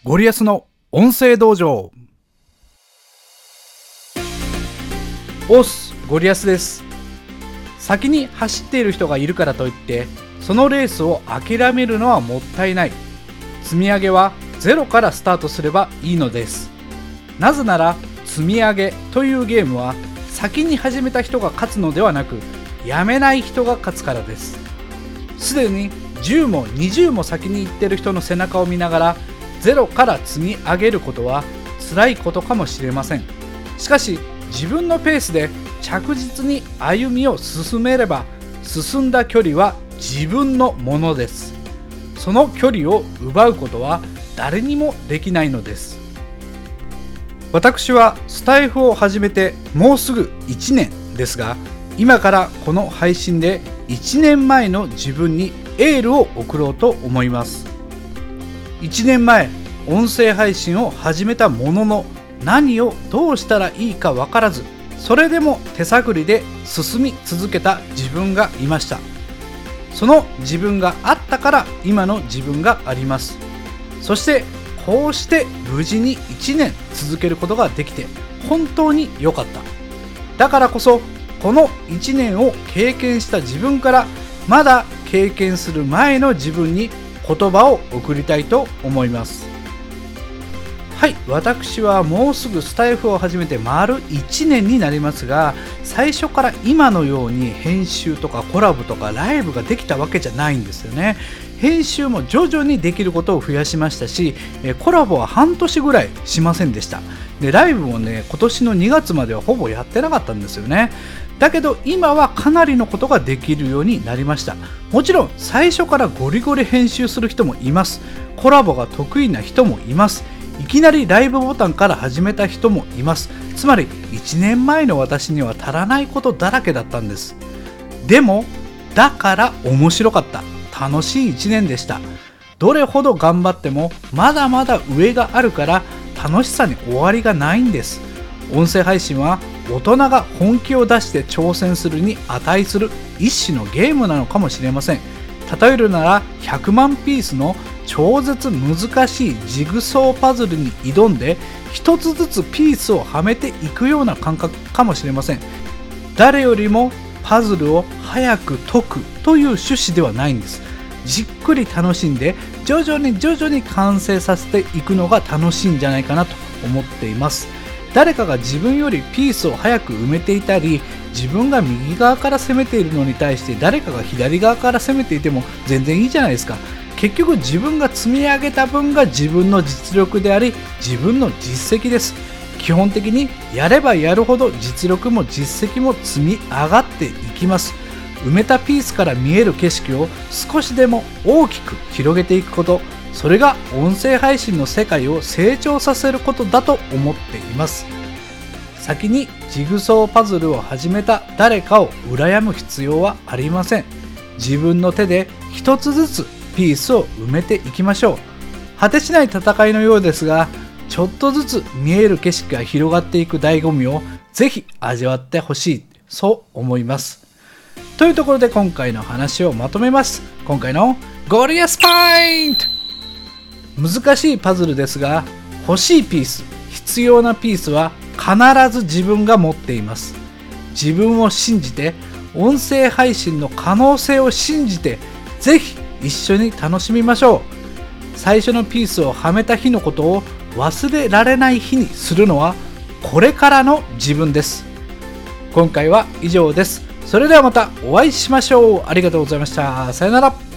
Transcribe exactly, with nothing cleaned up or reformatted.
ゴリアスの音声道場。オスゴリアスです。先に走っている人がいるからといってそのレースを諦めるのはもったいない。積み上げはゼロからスタートすればいいのです。なぜなら積み上げというゲームは先に始めた人が勝つのではなく、やめない人が勝つからです。すでにじゅうもにじゅうも先に行ってる人の背中を見ながらゼロから積み上げることは辛いことかもしれません。しかし自分のペースで着実に歩みを進めれば、進んだ距離は自分のものです。その距離を奪うことは誰にもできないのです。私はスタイフを始めてもうすぐいちねんですが、今からこの配信でいちねんまえの自分にエールを送ろうと思います。いちねんまえ音声配信を始めたものの、何をどうしたらいいか分からず、それでも手探りで進み続けた自分がいました。その自分があったから今の自分があります。そしてこうして無事にいちねん続けることができて本当に良かった。だからこそこのいちねんを経験した自分からまだ経験する前の自分に言葉を送りたいと思います。はい、私はもうすぐスタイフを始めて丸いちねんになりますが、最初から今のように編集とかコラボとかライブができたわけじゃないんですよね。編集も徐々にできることを増やしましたし、コラボは半年ぐらいしませんでした。でライブもね、今年のにがつまではほぼやってなかったんですよね。だけど今はかなりのことができるようになりました。もちろん最初からゴリゴリ編集する人もいます。コラボが得意な人もいます。いきなりライブボタンから始めた人もいます。つまりいちねんまえの私には足らないことだらけだったんです。でもだから面白かった、楽しいいちねんでした。どれほど頑張ってもまだまだ上があるから、楽しさに終わりがないんです。音声配信は大人が本気を出して挑戦するに値する一種のゲームなのかもしれません。例えるならひゃくまんピースの超絶難しいジグソーパズルに挑んで一つずつピースをはめていくような感覚かもしれません。誰よりもパズルを早く解くという趣旨ではないんです。じっくり楽しんで徐々に徐々に完成させていくのが楽しいんじゃないかなと思っています。誰かが自分よりピースを早く埋めていたり、自分が右側から攻めているのに対して誰かが左側から攻めていても全然いいじゃないですか。結局自分が積み上げた分が自分の実力であり、自分の実績です。基本的にやればやるほど実力も実績も積み上がっていきます。埋めたピースから見える景色を少しでも大きく広げていくこと、それが音声配信の世界を成長させることだと思っています。先にジグソーパズルを始めた誰かを羨む必要はありません。自分の手で一つずつピースを埋めていきましょう。果てしない戦いのようですが、ちょっとずつ見える景色が広がっていく醍醐味をぜひ味わってほしい、そう思います。というところで今回の話をまとめます。今回のゴリアスポイント、難しいパズルですが、欲しいピース、必要なピースは必ず自分が持っています。自分を信じて、音声配信の可能性を信じて、ぜひ一緒に楽しみましょう。最初のピースをはめた日のことを忘れられない日にするのはこれからの自分です。今回は以上です。それではまたお会いしましょう。ありがとうございました。さよなら。